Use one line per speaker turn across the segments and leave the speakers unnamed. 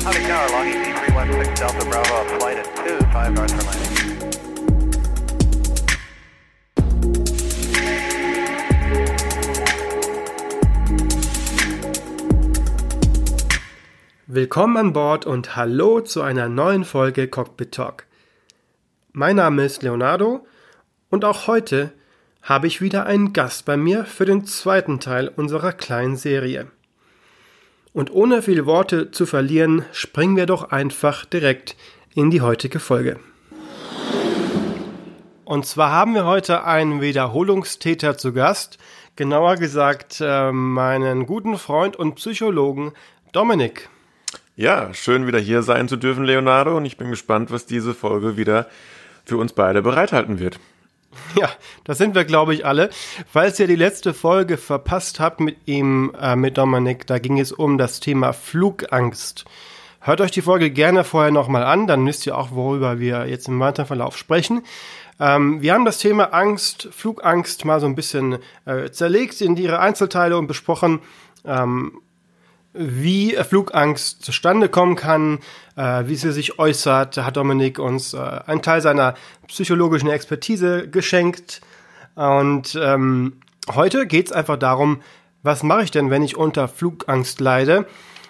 Howdy, Tower, Long ET 316 Delta Bravo, up flight at 25 north for landing.
Willkommen an Bord und hallo zu einer neuen Folge Cockpit Talk. Mein Name ist Leonardo und auch heute habe ich wieder einen Gast bei mir für den zweiten Teil unserer kleinen Serie. Und ohne viele Worte zu verlieren, springen wir doch einfach direkt in die heutige Folge. Und zwar haben wir heute einen Wiederholungstäter zu Gast, genauer gesagt meinen guten Freund und Psychologen Dominik.
Ja, schön wieder hier sein zu dürfen, Leonardo, und ich bin gespannt, was diese Folge wieder für uns beide bereithalten wird.
Ja, das sind wir, glaube ich, alle. Falls ihr die letzte Folge verpasst habt mit Dominik, da ging es um das Thema Flugangst. Hört euch die Folge gerne vorher nochmal an, dann wisst ihr auch, worüber wir jetzt im weiteren Verlauf sprechen. Wir haben das Thema Angst, Flugangst mal so ein bisschen zerlegt in ihre Einzelteile und besprochen, wie Flugangst zustande kommen kann, wie sie sich äußert. Da hat Dominik uns einen Teil seiner psychologischen Expertise geschenkt. Und heute geht es einfach darum, was mache ich denn, wenn ich unter Flugangst leide?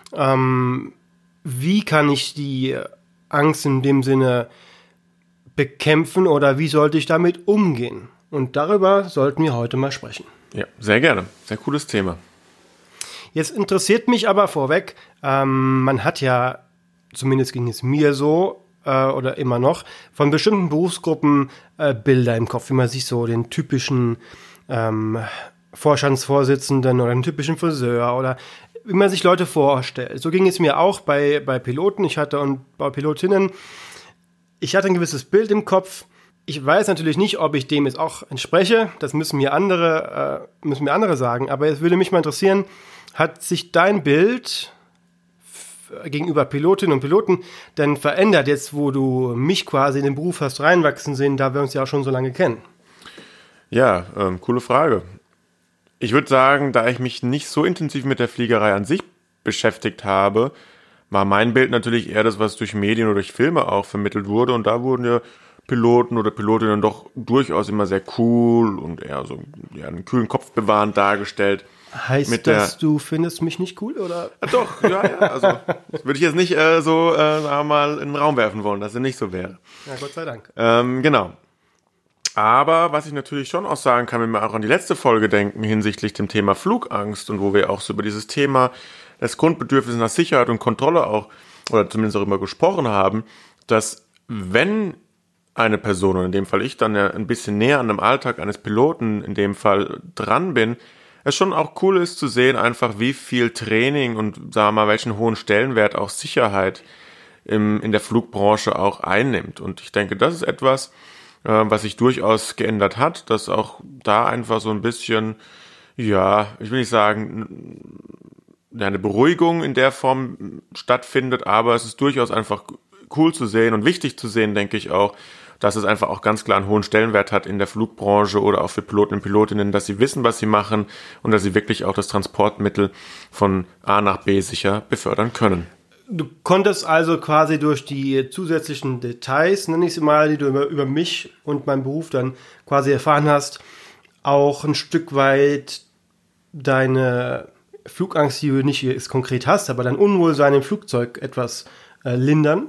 Wie kann ich die Angst in dem Sinne bekämpfen oder wie sollte ich damit umgehen? Und darüber sollten wir heute mal sprechen.
Ja, sehr gerne. Sehr cooles Thema.
Jetzt interessiert mich aber vorweg, man hat ja, zumindest ging es mir so, oder immer noch, von bestimmten Berufsgruppen Bilder im Kopf, wie man sich so den typischen Vorstandsvorsitzenden oder den typischen Friseur oder wie man sich Leute vorstellt. So ging es mir auch bei Piloten und bei Pilotinnen. Ich hatte ein gewisses Bild im Kopf. Ich weiß natürlich nicht, ob ich dem jetzt auch entspreche. Das müssen mir andere sagen. Aber es würde mich mal interessieren, hat sich dein Bild gegenüber Pilotinnen und Piloten denn verändert, jetzt wo du mich quasi in den Beruf hast reinwachsen sehen, da wir uns ja auch schon so lange kennen?
Ja, coole Frage. Ich würde sagen, da ich mich nicht so intensiv mit der Fliegerei an sich beschäftigt habe, war mein Bild natürlich eher das, was durch Medien oder durch Filme auch vermittelt wurde. Und da wurden ja Piloten oder Pilotinnen doch durchaus immer sehr cool und eher so einen kühlen Kopf bewahrend dargestellt.
Heißt das, du findest mich nicht cool, oder?
Ja, doch, ja, also das würde ich jetzt nicht sagen wir mal in den Raum werfen wollen, dass es nicht so wäre.
Ja, Gott sei Dank.
Genau. Aber was ich natürlich schon auch sagen kann, wenn wir auch an die letzte Folge denken hinsichtlich dem Thema Flugangst und wo wir auch so über dieses Thema des Grundbedürfnisses nach Sicherheit und Kontrolle auch, oder zumindest auch immer gesprochen haben, dass wenn eine Person, und in dem Fall ich dann ja ein bisschen näher an dem Alltag eines Piloten in dem Fall dran bin, es schon auch cool ist zu sehen, einfach wie viel Training und sagen wir mal, welchen hohen Stellenwert auch Sicherheit in der Flugbranche auch einnimmt. Und ich denke, das ist etwas, was sich durchaus geändert hat, dass auch da einfach so ein bisschen, ja, ich will nicht sagen, eine Beruhigung in der Form stattfindet, aber es ist durchaus einfach cool zu sehen und wichtig zu sehen, denke ich auch, dass es einfach auch ganz klar einen hohen Stellenwert hat in der Flugbranche oder auch für Piloten und Pilotinnen, dass sie wissen, was sie machen und dass sie wirklich auch das Transportmittel von A nach B sicher befördern können.
Du konntest also quasi durch die zusätzlichen Details, nenne ich sie mal, die du über mich und meinen Beruf dann quasi erfahren hast, auch ein Stück weit deine Flugangst, die du nicht jetzt konkret hast, aber dein Unwohlsein im Flugzeug etwas lindern?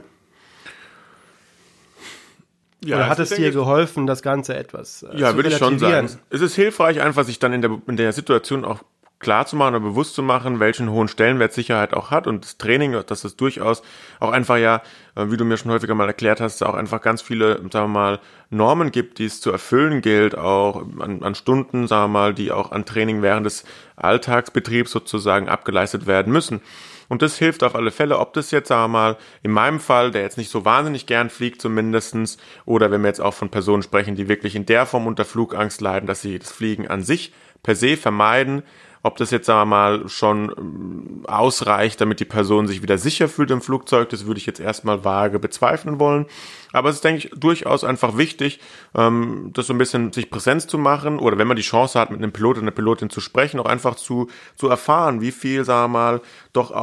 Ja, oder hat es dir geholfen, das Ganze etwas zu relativieren?
Ja, würde ich schon sagen. Es ist hilfreich, einfach sich dann in der Situation auch klar zu machen oder bewusst zu machen, welchen hohen Stellenwert Sicherheit auch hat und das Training, dass es durchaus auch einfach wie du mir schon häufiger mal erklärt hast, auch einfach ganz viele, sagen wir mal, Normen gibt, die es zu erfüllen gilt, auch an Stunden, sagen wir mal, die auch an Training während des Alltagsbetriebs sozusagen abgeleistet werden müssen. Und das hilft auf alle Fälle, ob das jetzt, sagen wir mal, in meinem Fall, der jetzt nicht so wahnsinnig gern fliegt zumindestens, oder wenn wir jetzt auch von Personen sprechen, die wirklich in der Form unter Flugangst leiden, dass sie das Fliegen an sich per se vermeiden, ob das jetzt, sagen wir mal, schon ausreicht, damit die Person sich wieder sicher fühlt im Flugzeug, das würde ich jetzt erstmal vage bezweifeln wollen. Aber es ist, denke ich, durchaus einfach wichtig, das so ein bisschen sich Präsenz zu machen oder wenn man die Chance hat, mit einem Pilot oder einer Pilotin zu sprechen, auch einfach zu erfahren, wie viel, sagen wir mal, doch auch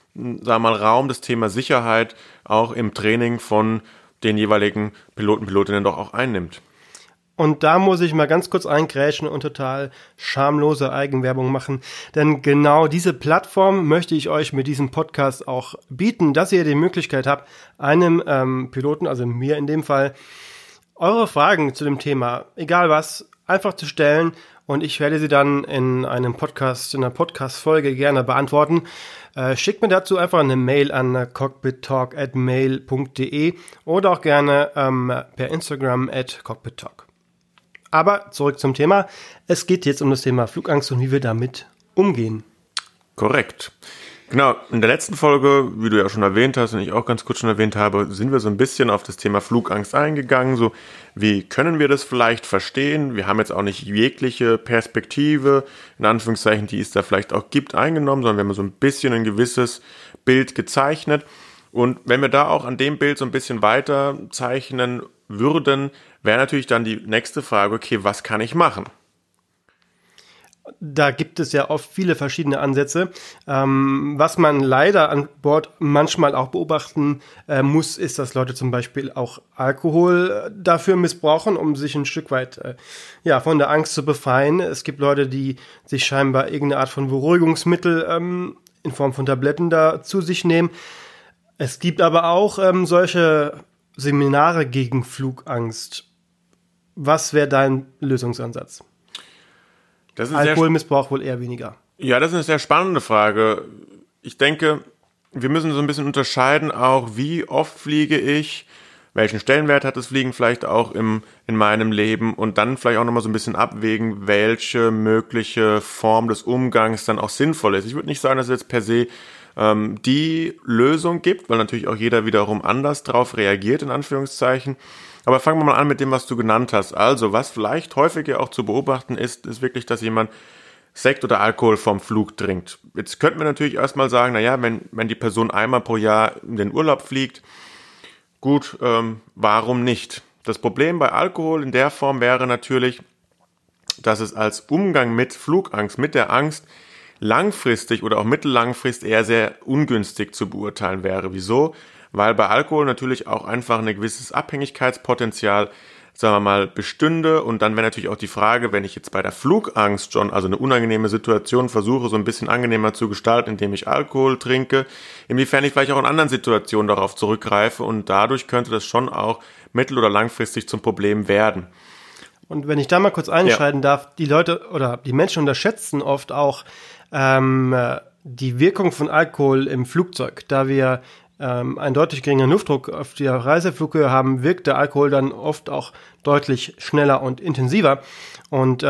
sagen wir mal, Raum das Thema Sicherheit auch im Training von den jeweiligen Piloten, Pilotinnen doch auch einnimmt.
Und da muss ich mal ganz kurz eingrätschen und total schamlose Eigenwerbung machen, denn genau diese Plattform möchte ich euch mit diesem Podcast auch bieten, dass ihr die Möglichkeit habt, einem Piloten, also mir in dem Fall, eure Fragen zu dem Thema, egal was, einfach zu stellen und ich werde sie dann in einer Podcast-Folge gerne beantworten. Schickt mir dazu einfach eine Mail an cockpittalk@mail.de oder auch gerne per Instagram @cockpittalk. Aber zurück zum Thema. Es geht jetzt um das Thema Flugangst und wie wir damit umgehen.
Korrekt. Genau, in der letzten Folge, wie du ja schon erwähnt hast und ich auch ganz kurz schon erwähnt habe, sind wir so ein bisschen auf das Thema Flugangst eingegangen. So, wie können wir das vielleicht verstehen? Wir haben jetzt auch nicht jegliche Perspektive, in Anführungszeichen, die es da vielleicht auch gibt, eingenommen, sondern wir haben so ein bisschen ein gewisses Bild gezeichnet. Und wenn wir da auch an dem Bild so ein bisschen weiter zeichnen würden, wäre natürlich dann die nächste Frage, okay, was kann ich machen?
Da gibt es ja oft viele verschiedene Ansätze. Was man leider an Bord manchmal auch beobachten muss, ist, dass Leute zum Beispiel auch Alkohol dafür missbrauchen, um sich ein Stück weit von der Angst zu befreien. Es gibt Leute, die sich scheinbar irgendeine Art von Beruhigungsmittel in Form von Tabletten da zu sich nehmen. Es gibt aber auch solche Seminare gegen Flugangst. Was wäre dein Lösungsansatz? Alkoholmissbrauch wohl eher weniger.
Ja, das ist eine sehr spannende Frage. Ich denke, wir müssen so ein bisschen unterscheiden auch, wie oft fliege ich, welchen Stellenwert hat das Fliegen vielleicht auch in meinem Leben und dann vielleicht auch nochmal so ein bisschen abwägen, welche mögliche Form des Umgangs dann auch sinnvoll ist. Ich würde nicht sagen, dass es jetzt per se die Lösung gibt, weil natürlich auch jeder wiederum anders drauf reagiert, in Anführungszeichen. Aber fangen wir mal an mit dem, was du genannt hast. Also, was vielleicht häufiger auch zu beobachten ist wirklich, dass jemand Sekt oder Alkohol vom Flug trinkt. Jetzt könnten wir natürlich erstmal sagen, naja, wenn die Person einmal pro Jahr in den Urlaub fliegt, gut, warum nicht? Das Problem bei Alkohol in der Form wäre natürlich, dass es als Umgang mit Flugangst, mit der Angst, langfristig oder auch mittellangfristig eher sehr ungünstig zu beurteilen wäre. Wieso? Weil bei Alkohol natürlich auch einfach ein gewisses Abhängigkeitspotenzial, sagen wir mal, bestünde. Und dann wäre natürlich auch die Frage, wenn ich jetzt bei der Flugangst schon, also eine unangenehme Situation versuche, so ein bisschen angenehmer zu gestalten, indem ich Alkohol trinke, inwiefern ich vielleicht auch in anderen Situationen darauf zurückgreife. Und dadurch könnte das schon auch mittel- oder langfristig zum Problem werden.
Und wenn ich da mal kurz einschreiten darf, die Leute oder die Menschen unterschätzen oft auch die Wirkung von Alkohol im Flugzeug. Da wir einen deutlich geringeren Luftdruck auf der Reiseflughöhe haben, wirkt der Alkohol dann oft auch deutlich schneller und intensiver. Und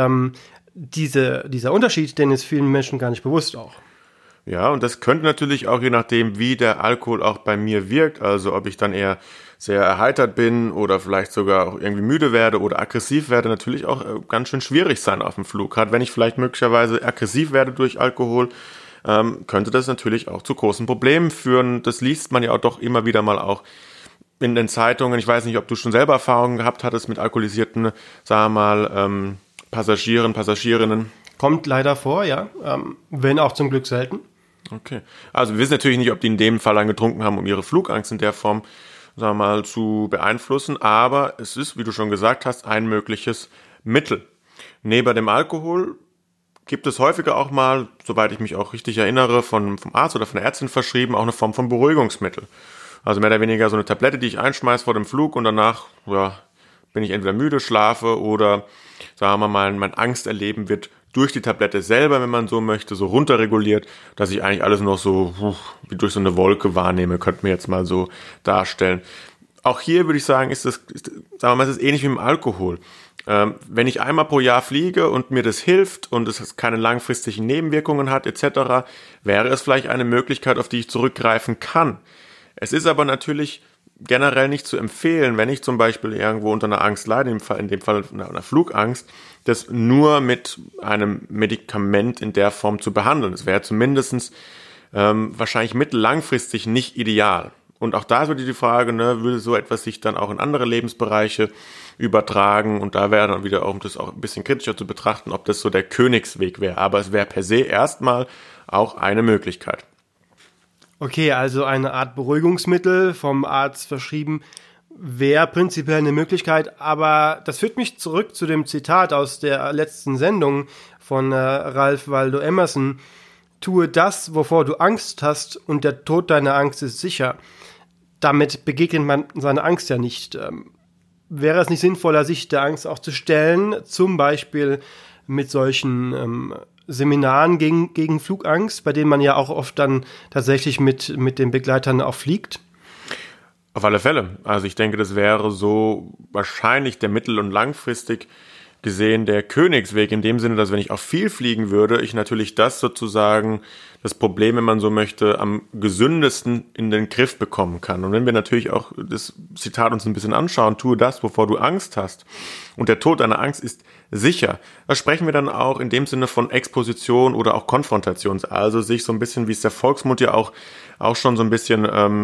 dieser Unterschied, den ist vielen Menschen gar nicht bewusst auch.
Ja, und das könnte natürlich auch, je nachdem, wie der Alkohol auch bei mir wirkt, also ob ich dann eher sehr erheitert bin oder vielleicht sogar auch irgendwie müde werde oder aggressiv werde, natürlich auch ganz schön schwierig sein auf dem Flug. Gerade wenn ich vielleicht möglicherweise aggressiv werde durch Alkohol, könnte das natürlich auch zu großen Problemen führen. Das liest man ja auch doch immer wieder mal auch in den Zeitungen. Ich weiß nicht, ob du schon selber Erfahrungen gehabt hattest mit alkoholisierten, sagen wir mal, Passagierinnen.
Kommt leider vor, ja. Wenn auch zum Glück selten.
Okay. Also wir wissen natürlich nicht, ob die in dem Fall dann getrunken haben, um ihre Flugangst in der Form, sagen wir mal, zu beeinflussen. Aber es ist, wie du schon gesagt hast, ein mögliches Mittel. Neben dem Alkohol gibt es häufiger auch mal, soweit ich mich auch richtig erinnere, vom Arzt oder von der Ärztin verschrieben, auch eine Form von Beruhigungsmittel. Also mehr oder weniger so eine Tablette, die ich einschmeiße vor dem Flug und danach bin ich entweder müde, schlafe oder, sagen wir mal, mein Angsterleben wird durch die Tablette selber, wenn man so möchte, so runterreguliert, dass ich eigentlich alles noch so wie durch so eine Wolke wahrnehme, könnte mir jetzt mal so darstellen. Auch hier würde ich sagen, ist es ähnlich wie im Alkohol. Wenn ich einmal pro Jahr fliege und mir das hilft und es keine langfristigen Nebenwirkungen hat etc., wäre es vielleicht eine Möglichkeit, auf die ich zurückgreifen kann. Es ist aber natürlich generell nicht zu empfehlen, wenn ich zum Beispiel irgendwo unter einer Angst leide, in dem Fall einer Flugangst, das nur mit einem Medikament in der Form zu behandeln. Das wäre zumindest wahrscheinlich mittel-langfristig nicht ideal. Und auch da ist wieder die Frage, würde so etwas sich dann auch in andere Lebensbereiche übertragen? Und da wäre dann wieder auch, um das auch ein bisschen kritischer zu betrachten, ob das so der Königsweg wäre. Aber es wäre per se erstmal auch eine Möglichkeit.
Okay, also eine Art Beruhigungsmittel vom Arzt verschrieben wäre prinzipiell eine Möglichkeit, aber das führt mich zurück zu dem Zitat aus der letzten Sendung von Ralph Waldo Emerson. Tue das, wovor du Angst hast, und der Tod deiner Angst ist sicher. Damit begegnet man seiner Angst ja nicht. Wäre es nicht sinnvoller, sich der Angst auch zu stellen, zum Beispiel mit solchen Seminaren gegen Flugangst, bei denen man ja auch oft dann tatsächlich mit den Begleitern auch fliegt?
Auf alle Fälle. Also ich denke, das wäre so wahrscheinlich der mittel- und langfristig gesehen der Königsweg, in dem Sinne, dass wenn ich auch viel fliegen würde, ich natürlich das sozusagen, das Problem, wenn man so möchte, am gesündesten in den Griff bekommen kann. Und wenn wir natürlich auch das Zitat uns ein bisschen anschauen, tue das, wovor du Angst hast, und der Tod deiner Angst ist sicher, da sprechen wir dann auch in dem Sinne von Exposition oder auch Konfrontation, also sich so ein bisschen, wie es der Volksmund ja auch schon so ein bisschen,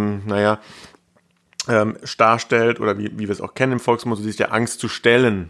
darstellt, oder wie wir es auch kennen im Volksmund, sich der Angst zu stellen.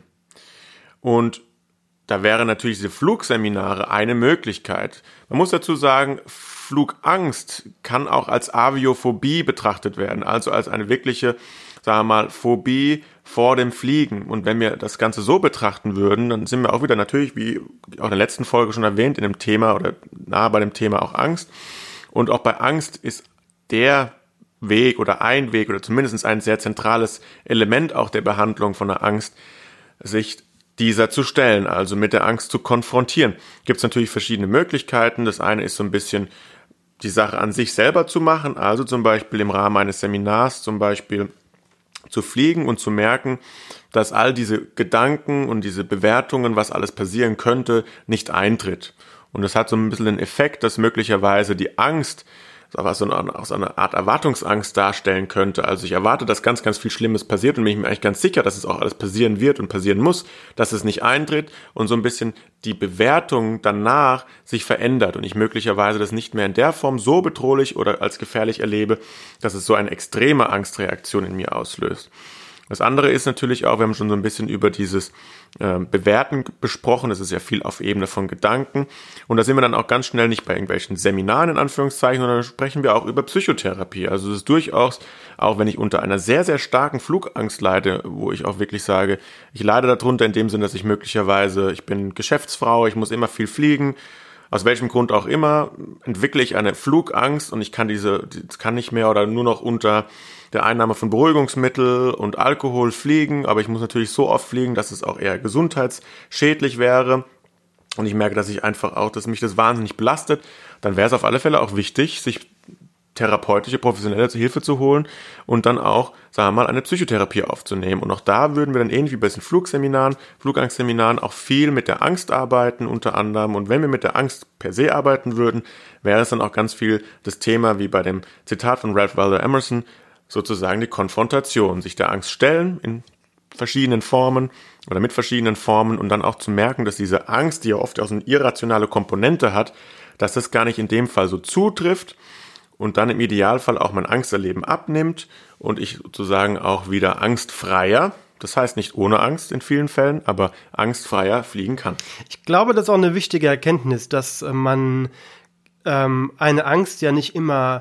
Und da wäre natürlich diese Flugseminare eine Möglichkeit. Man muss dazu sagen, Flugangst kann auch als Aviophobie betrachtet werden, also als eine wirkliche, sagen wir mal, Phobie vor dem Fliegen. Und wenn wir das Ganze so betrachten würden, dann sind wir auch wieder natürlich, wie auch in der letzten Folge schon erwähnt, in dem Thema oder nahe bei dem Thema auch Angst. Und auch bei Angst ist der Weg oder ein Weg oder zumindest ein sehr zentrales Element auch der Behandlung von der Angst, sich dieser zu stellen, also mit der Angst zu konfrontieren. Gibt es natürlich verschiedene Möglichkeiten. Das eine ist so ein bisschen die Sache an sich selber zu machen, also zum Beispiel im Rahmen eines Seminars zum Beispiel zu fliegen und zu merken, dass all diese Gedanken und diese Bewertungen, was alles passieren könnte, nicht eintritt. Und das hat so ein bisschen den Effekt, dass möglicherweise die Angst auch so eine Art Erwartungsangst darstellen könnte. Also ich erwarte, dass ganz, ganz viel Schlimmes passiert und bin ich mir eigentlich ganz sicher, dass es auch alles passieren wird und passieren muss, dass es nicht eintritt und so ein bisschen die Bewertung danach sich verändert und ich möglicherweise das nicht mehr in der Form so bedrohlich oder als gefährlich erlebe, dass es so eine extreme Angstreaktion in mir auslöst. Das andere ist natürlich auch, wir haben schon so ein bisschen über dieses Bewerten besprochen, das ist ja viel auf Ebene von Gedanken und da sind wir dann auch ganz schnell nicht bei irgendwelchen Seminaren in Anführungszeichen, sondern sprechen wir auch über Psychotherapie. Also es ist durchaus, auch wenn ich unter einer sehr, sehr starken Flugangst leide, wo ich auch wirklich sage, ich leide darunter in dem Sinne, dass ich möglicherweise, ich bin Geschäftsfrau, ich muss immer viel fliegen, aus welchem Grund auch immer, entwickle ich eine Flugangst und ich kann kann nicht mehr oder nur noch unter der Einnahme von Beruhigungsmittel und Alkohol fliegen, aber ich muss natürlich so oft fliegen, dass es auch eher gesundheitsschädlich wäre und ich merke, dass mich das wahnsinnig belastet, dann wäre es auf alle Fälle auch wichtig, sich therapeutische, professionelle Hilfe zu holen und dann auch, sagen wir mal, eine Psychotherapie aufzunehmen. Und auch da würden wir dann ähnlich wie bei diesen Flugangstseminaren auch viel mit der Angst arbeiten unter anderem. Und wenn wir mit der Angst per se arbeiten würden, wäre es dann auch ganz viel das Thema, wie bei dem Zitat von Ralph Waldo Emerson, sozusagen die Konfrontation, sich der Angst stellen in verschiedenen Formen oder mit verschiedenen Formen und dann auch zu merken, dass diese Angst, die ja oft auch so eine irrationale Komponente hat, dass das gar nicht in dem Fall so zutrifft und dann im Idealfall auch mein Angsterleben abnimmt und ich sozusagen auch wieder angstfreier, das heißt nicht ohne Angst in vielen Fällen, aber angstfreier fliegen kann.
Ich glaube, das ist auch eine wichtige Erkenntnis, dass man eine Angst ja nicht immer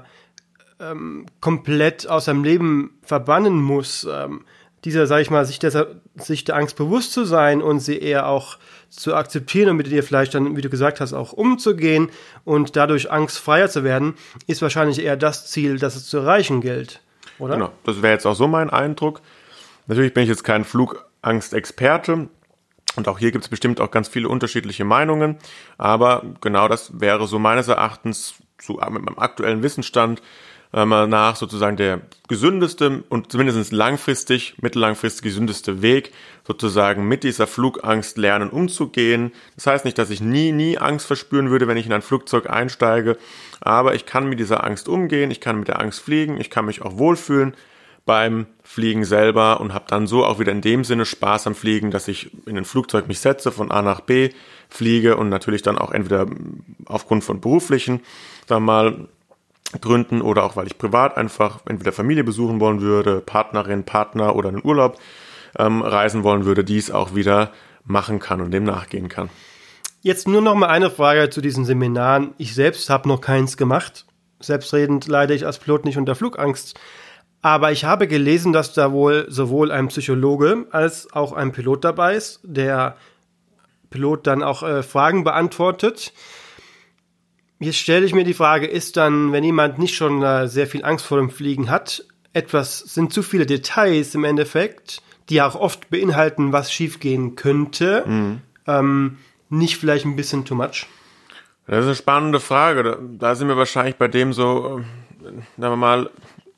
komplett aus seinem Leben verbannen muss. Sag ich mal, sich der Angst bewusst zu sein und sie eher auch zu akzeptieren und mit ihr vielleicht dann, wie du gesagt hast, auch umzugehen und dadurch angstfreier zu werden, ist wahrscheinlich eher das Ziel, das es zu erreichen gilt, oder?
Genau, das wäre jetzt auch so mein Eindruck. Natürlich bin ich jetzt kein Flugangstexperte und auch hier gibt es bestimmt auch ganz viele unterschiedliche Meinungen, aber genau das wäre so meines Erachtens mit meinem aktuellen Wissensstand nach sozusagen der gesündeste und zumindest mittellangfristig gesündeste Weg, sozusagen mit dieser Flugangst lernen umzugehen. Das heißt nicht, dass ich nie Angst verspüren würde, wenn ich in ein Flugzeug einsteige, aber ich kann mit dieser Angst umgehen, ich kann mit der Angst fliegen, ich kann mich auch wohlfühlen beim Fliegen selber und habe dann so auch wieder in dem Sinne Spaß am Fliegen, dass ich in ein Flugzeug mich setze, von A nach B fliege und natürlich dann auch entweder aufgrund von beruflichen, sagen wir mal, Gründen oder auch, weil ich privat einfach entweder Familie besuchen wollen würde, Partnerin, Partner oder in den Urlaub reisen wollen würde, dies auch wieder machen kann und dem nachgehen kann.
Jetzt nur noch mal eine Frage zu diesen Seminaren. Ich selbst habe noch keins gemacht. Selbstredend leide ich als Pilot nicht unter Flugangst. Aber ich habe gelesen, dass da wohl sowohl ein Psychologe als auch ein Pilot dabei ist, der Pilot dann auch Fragen beantwortet. Jetzt stelle ich mir die Frage, ist dann, wenn jemand nicht schon sehr viel Angst vor dem Fliegen hat, sind zu viele Details im Endeffekt, die ja auch oft beinhalten, was schiefgehen könnte, nicht vielleicht ein bisschen too much?
Das ist eine spannende Frage. Da sind wir wahrscheinlich bei dem so, sagen wir mal,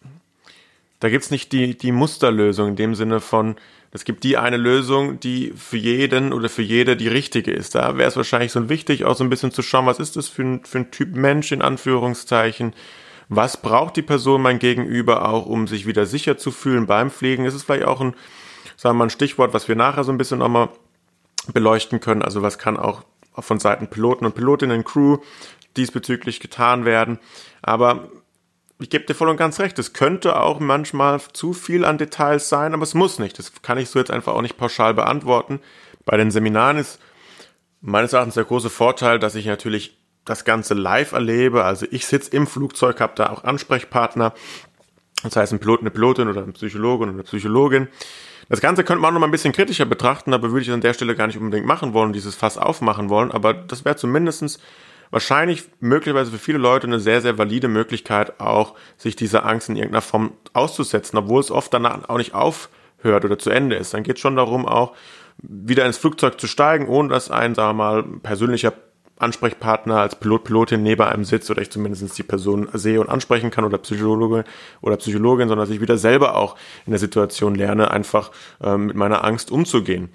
da gibt's nicht die Musterlösung in dem Sinne von, es gibt die eine Lösung, die für jeden oder für jede die richtige ist. Da wäre es wahrscheinlich so wichtig, auch so ein bisschen zu schauen, was ist das für ein Typ Mensch, in Anführungszeichen. Was braucht die Person, mein Gegenüber, auch, um sich wieder sicher zu fühlen beim Fliegen? Es ist vielleicht auch sagen wir mal, ein Stichwort, was wir nachher so ein bisschen nochmal beleuchten können. Also was kann auch von Seiten Piloten und Pilotinnen, Crew diesbezüglich getan werden. Aber ich gebe dir voll und ganz recht, es könnte auch manchmal zu viel an Details sein, aber es muss nicht. Das kann ich so jetzt einfach auch nicht pauschal beantworten. Bei den Seminaren ist meines Erachtens der große Vorteil, dass ich natürlich das Ganze live erlebe. Also ich sitze im Flugzeug, habe da auch Ansprechpartner, das heißt ein Pilot, eine Pilotin oder ein Psychologe oder eine Psychologin. Das Ganze könnte man auch noch mal ein bisschen kritischer betrachten, aber würde ich an der Stelle gar nicht unbedingt machen wollen, dieses Fass aufmachen wollen. Aber das wäre zumindestens wahrscheinlich möglicherweise für viele Leute eine sehr, sehr valide Möglichkeit, auch sich dieser Angst in irgendeiner Form auszusetzen, obwohl es oft danach auch nicht aufhört oder zu Ende ist. Dann geht es schon darum, auch wieder ins Flugzeug zu steigen, ohne dass ein, sagen wir mal, persönlicher Ansprechpartner als Pilot, Pilotin neben einem sitzt oder ich zumindest die Person sehe und ansprechen kann oder Psychologe oder Psychologin, sondern dass ich wieder selber auch in der Situation lerne, einfach mit meiner Angst umzugehen.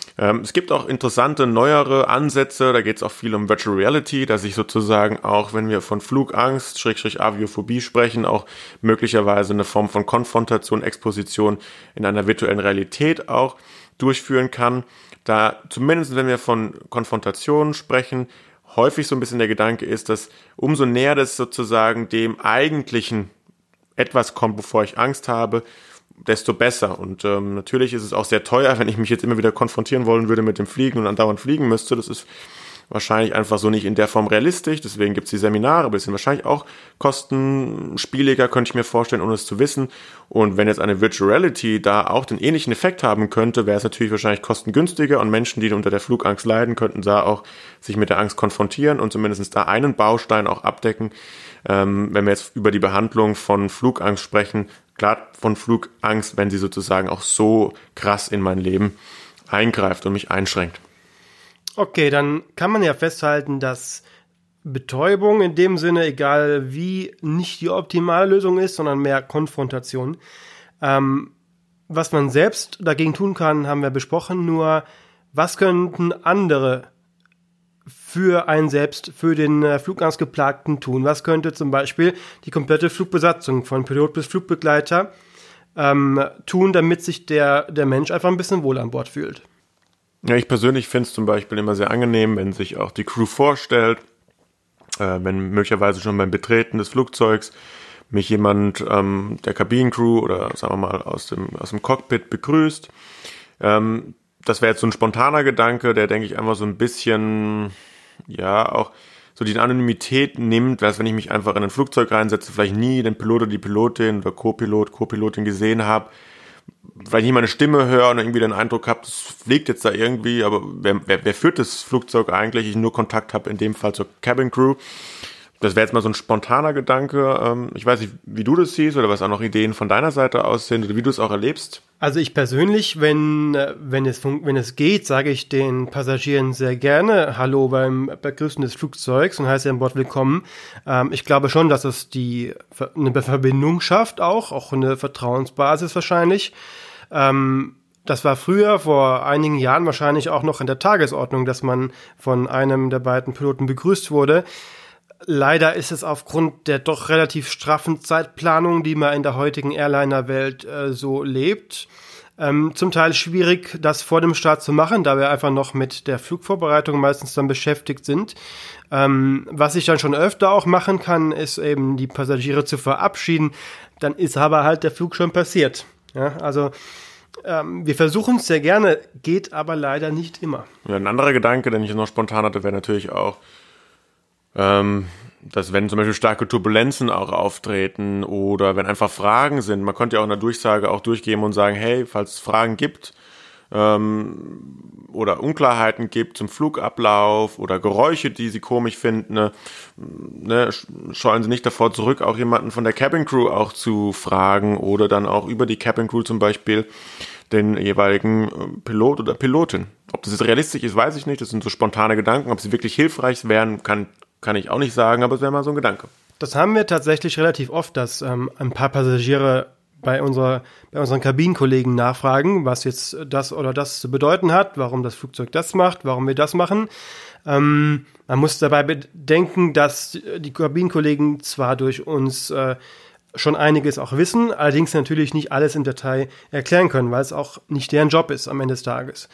Es gibt auch interessante, neuere Ansätze, da geht es auch viel um Virtual Reality, dass ich sozusagen auch, wenn wir von Flugangst, Aviophobie sprechen, auch möglicherweise eine Form von Konfrontation, Exposition in einer virtuellen Realität auch durchführen kann. Da zumindest, wenn wir von Konfrontation sprechen, häufig so ein bisschen der Gedanke ist, dass umso näher das sozusagen dem eigentlichen etwas kommt, bevor ich Angst habe, desto besser. Und natürlich ist es auch sehr teuer, wenn ich mich jetzt immer wieder konfrontieren wollen würde mit dem Fliegen und andauernd fliegen müsste. Das ist wahrscheinlich einfach so nicht in der Form realistisch. Deswegen gibt es die Seminare, aber es sind wahrscheinlich auch kostenspieliger, könnte ich mir vorstellen, ohne es zu wissen. Und wenn jetzt eine Virtual Reality da auch den ähnlichen Effekt haben könnte, wäre es natürlich wahrscheinlich kostengünstiger und Menschen, die unter der Flugangst leiden, könnten da auch sich mit der Angst konfrontieren und zumindest da einen Baustein auch abdecken. Wenn wir jetzt über die Behandlung von Flugangst sprechen, klar von Flugangst, wenn sie sozusagen auch so krass in mein Leben eingreift und mich einschränkt.
Okay, dann kann man ja festhalten, dass Betäubung in dem Sinne, egal wie, nicht die optimale Lösung ist, sondern mehr Konfrontation. Was man selbst dagegen tun kann, haben wir besprochen, nur was könnten andere für einen selbst, für den Flugangstgeplagten tun? Was könnte zum Beispiel die komplette Flugbesatzung von Pilot bis Flugbegleiter tun, damit sich der Mensch einfach ein bisschen wohl an Bord fühlt?
Ja, ich persönlich finde es zum Beispiel immer sehr angenehm, wenn sich auch die Crew vorstellt, wenn möglicherweise schon beim Betreten des Flugzeugs mich jemand der Kabinencrew oder sagen wir mal aus dem Cockpit begrüßt. Das wäre jetzt so ein spontaner Gedanke, der, denke ich, einfach so ein bisschen, ja, auch so die Anonymität nimmt, weil wenn ich mich einfach in ein Flugzeug reinsetze, vielleicht nie den Pilot oder die Pilotin oder Co-Pilotin gesehen habe, weil ich nie meine Stimme höre und irgendwie den Eindruck habe, das fliegt jetzt da irgendwie, aber wer führt das Flugzeug eigentlich? Ich nur Kontakt habe in dem Fall zur Cabin Crew. Das wäre jetzt mal so ein spontaner Gedanke. Ich weiß nicht, wie du das siehst oder was auch noch Ideen von deiner Seite aus sind oder wie du es auch erlebst.
Also ich persönlich, wenn es geht, sage ich den Passagieren sehr gerne Hallo beim Begrüßen des Flugzeugs und heiße sie an Bord willkommen. Ich glaube schon, dass es eine Verbindung schafft, auch eine Vertrauensbasis wahrscheinlich. Das war früher, vor einigen Jahren wahrscheinlich auch noch in der Tagesordnung, dass man von einem der beiden Piloten begrüßt wurde. Leider ist es aufgrund der doch relativ straffen Zeitplanung, die man in der heutigen Airliner-Welt so lebt, zum Teil schwierig, das vor dem Start zu machen, da wir einfach noch mit der Flugvorbereitung meistens dann beschäftigt sind. Was ich dann schon öfter auch machen kann, ist eben die Passagiere zu verabschieden. Dann ist aber halt der Flug schon passiert. Ja, also wir versuchen es sehr gerne, geht aber leider nicht immer.
Ja, ein anderer Gedanke, den ich noch spontan hatte, wäre natürlich auch dass wenn zum Beispiel starke Turbulenzen auch auftreten oder wenn einfach Fragen sind, man könnte ja auch in der Durchsage auch durchgeben und sagen, hey, falls es Fragen gibt oder Unklarheiten gibt zum Flugablauf oder Geräusche, die Sie komisch finden, scheuen Sie nicht davor zurück, auch jemanden von der Cabin Crew auch zu fragen oder dann auch über die Cabin Crew zum Beispiel den jeweiligen Pilot oder Pilotin. Ob das jetzt realistisch ist, weiß ich nicht. Das sind so spontane Gedanken. Ob sie wirklich hilfreich wären, kann ich auch nicht sagen, aber es wäre mal so ein Gedanke.
Das haben wir tatsächlich relativ oft, dass ein paar Passagiere bei unseren Kabinenkollegen nachfragen, was jetzt das oder das zu bedeuten hat, warum das Flugzeug das macht, warum wir das machen. Man muss dabei bedenken, dass die Kabinenkollegen zwar durch uns schon einiges auch wissen, allerdings natürlich nicht alles im Detail erklären können, weil es auch nicht deren Job ist am Ende des Tages.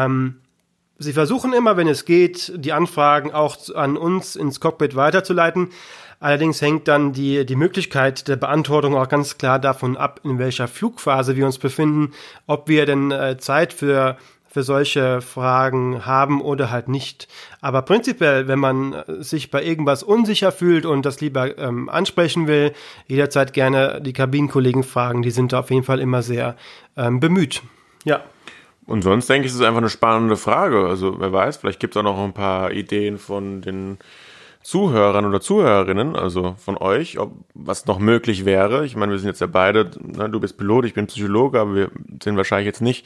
Sie versuchen immer, wenn es geht, die Anfragen auch an uns ins Cockpit weiterzuleiten. Allerdings hängt dann die Möglichkeit der Beantwortung auch ganz klar davon ab, in welcher Flugphase wir uns befinden, ob wir denn Zeit für solche Fragen haben oder halt nicht. Aber prinzipiell, wenn man sich bei irgendwas unsicher fühlt und das lieber ansprechen will, jederzeit gerne die Kabinenkollegen fragen. Die sind da auf jeden Fall immer sehr bemüht. Ja.
Und sonst denke ich, es ist einfach eine spannende Frage. Also wer weiß, vielleicht gibt es auch noch ein paar Ideen von den Zuhörern oder Zuhörerinnen, also von euch, was noch möglich wäre. Ich meine, wir sind jetzt ja beide, du bist Pilot, ich bin Psychologe, aber wir sind wahrscheinlich jetzt nicht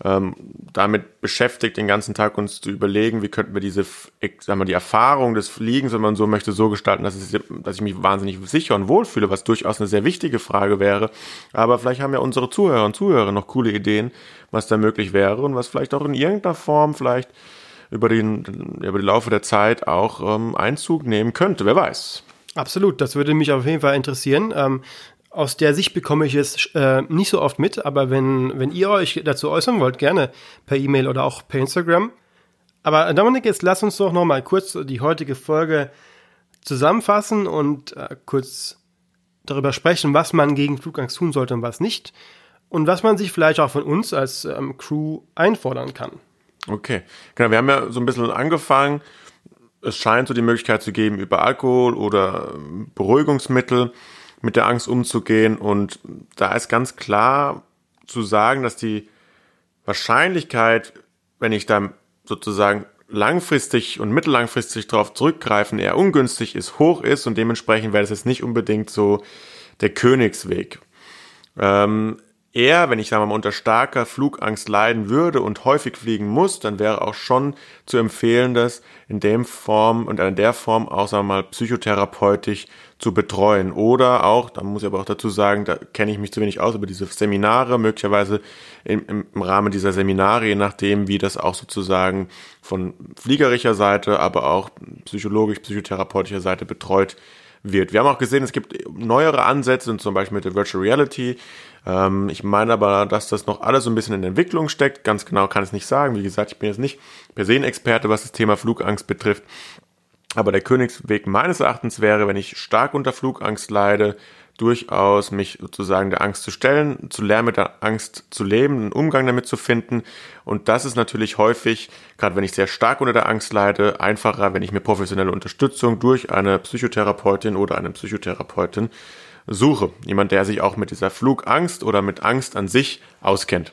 damit beschäftigt, den ganzen Tag uns zu überlegen, wie könnten wir die Erfahrung des Fliegens, wenn man so möchte, so gestalten, dass ich mich wahnsinnig sicher und wohl fühle, was durchaus eine sehr wichtige Frage wäre. Aber vielleicht haben ja unsere Zuhörer und Zuhörer noch coole Ideen, was da möglich wäre und was vielleicht auch in irgendeiner Form vielleicht über die Laufe der Zeit auch Einzug nehmen könnte. Wer weiß.
Absolut, das würde mich auf jeden Fall interessieren. Aus der Sicht bekomme ich es nicht so oft mit, aber wenn ihr euch dazu äußern wollt, gerne per E-Mail oder auch per Instagram. Aber Dominik, jetzt lass uns doch noch mal kurz die heutige Folge zusammenfassen und kurz darüber sprechen, was man gegen Flugangst tun sollte und was nicht. Und was man sich vielleicht auch von uns als Crew einfordern kann.
Okay, genau, wir haben ja so ein bisschen angefangen. Es scheint so die Möglichkeit zu geben, über Alkohol oder Beruhigungsmittel mit der Angst umzugehen. Und da ist ganz klar zu sagen, dass die Wahrscheinlichkeit, wenn ich da sozusagen langfristig und mittellangfristig darauf zurückgreifen, eher ungünstig ist, hoch ist. Und dementsprechend wäre das jetzt nicht unbedingt so der Königsweg. Eher, wenn ich, sagen wir mal, unter starker Flugangst leiden würde und häufig fliegen muss, dann wäre auch schon zu empfehlen, das in der Form auch, sagen wir mal, psychotherapeutisch zu betreuen. Oder auch, da muss ich aber auch dazu sagen, da kenne ich mich zu wenig aus, über diese Seminare, möglicherweise im Rahmen dieser Seminare, je nachdem, wie das auch sozusagen von fliegerischer Seite, aber auch psychologisch-psychotherapeutischer Seite betreut wird. Wir haben auch gesehen, es gibt neuere Ansätze, zum Beispiel mit der Virtual Reality. Ich meine aber, dass das noch alles so ein bisschen in der Entwicklung steckt. Ganz genau kann ich es nicht sagen. Wie gesagt, ich bin jetzt nicht per se ein Experte, was das Thema Flugangst betrifft. Aber der Königsweg meines Erachtens wäre, wenn ich stark unter Flugangst leide, durchaus mich sozusagen der Angst zu stellen, zu lernen, mit der Angst zu leben, einen Umgang damit zu finden. Und das ist natürlich häufig, gerade wenn ich sehr stark unter der Angst leide, einfacher, wenn ich mir professionelle Unterstützung durch eine Psychotherapeutin oder einen Psychotherapeuten suche. Jemand, der sich auch mit dieser Flugangst oder mit Angst an sich auskennt.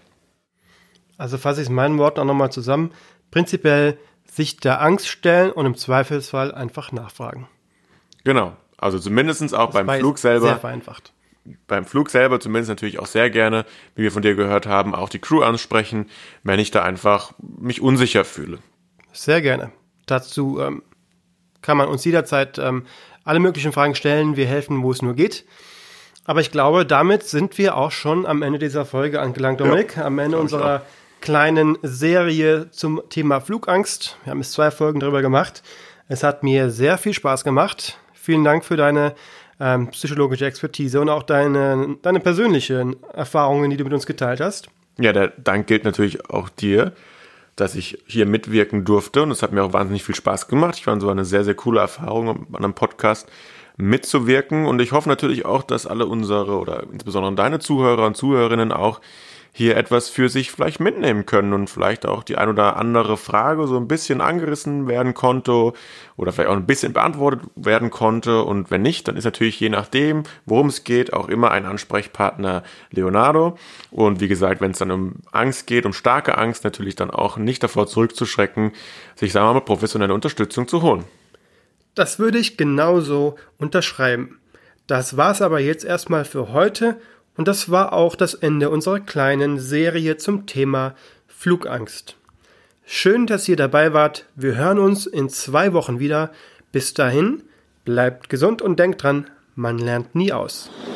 Also fasse ich es in meinen Worten auch nochmal zusammen. Prinzipiell sich der Angst stellen und im Zweifelsfall einfach nachfragen.
Genau. Also zumindest auch beim Flug selber.
Sehr vereinfacht.
Beim Flug selber zumindest natürlich auch sehr gerne, wie wir von dir gehört haben, auch die Crew ansprechen, wenn ich da einfach mich unsicher fühle.
Sehr gerne. Dazu kann man uns jederzeit alle möglichen Fragen stellen. Wir helfen, wo es nur geht. Aber ich glaube, damit sind wir auch schon am Ende dieser Folge angelangt, Dominik. Ja, am Ende unserer kleinen Serie zum Thema Flugangst. Wir haben jetzt 2 Folgen darüber gemacht. Es hat mir sehr viel Spaß gemacht. Vielen Dank für deine psychologische Expertise und auch deine persönlichen Erfahrungen, die du mit uns geteilt hast.
Ja, der Dank gilt natürlich auch dir, dass ich hier mitwirken durfte und es hat mir auch wahnsinnig viel Spaß gemacht. Ich fand so eine sehr, sehr coole Erfahrung, an einem Podcast mitzuwirken und ich hoffe natürlich auch, dass alle unsere oder insbesondere deine Zuhörer und Zuhörerinnen auch hier etwas für sich vielleicht mitnehmen können und vielleicht auch die ein oder andere Frage so ein bisschen angerissen werden konnte oder vielleicht auch ein bisschen beantwortet werden konnte. Und wenn nicht, dann ist natürlich je nachdem, worum es geht, auch immer ein Ansprechpartner Leonardo. Und wie gesagt, wenn es dann um Angst geht, um starke Angst, natürlich dann auch nicht davor zurückzuschrecken, sich, sagen wir mal, professionelle Unterstützung zu holen.
Das würde ich genauso unterschreiben. Das war's aber jetzt erstmal für heute und das war auch das Ende unserer kleinen Serie zum Thema Flugangst. Schön, dass ihr dabei wart. Wir hören uns in 2 Wochen wieder. Bis dahin, bleibt gesund und denkt dran, man lernt nie aus.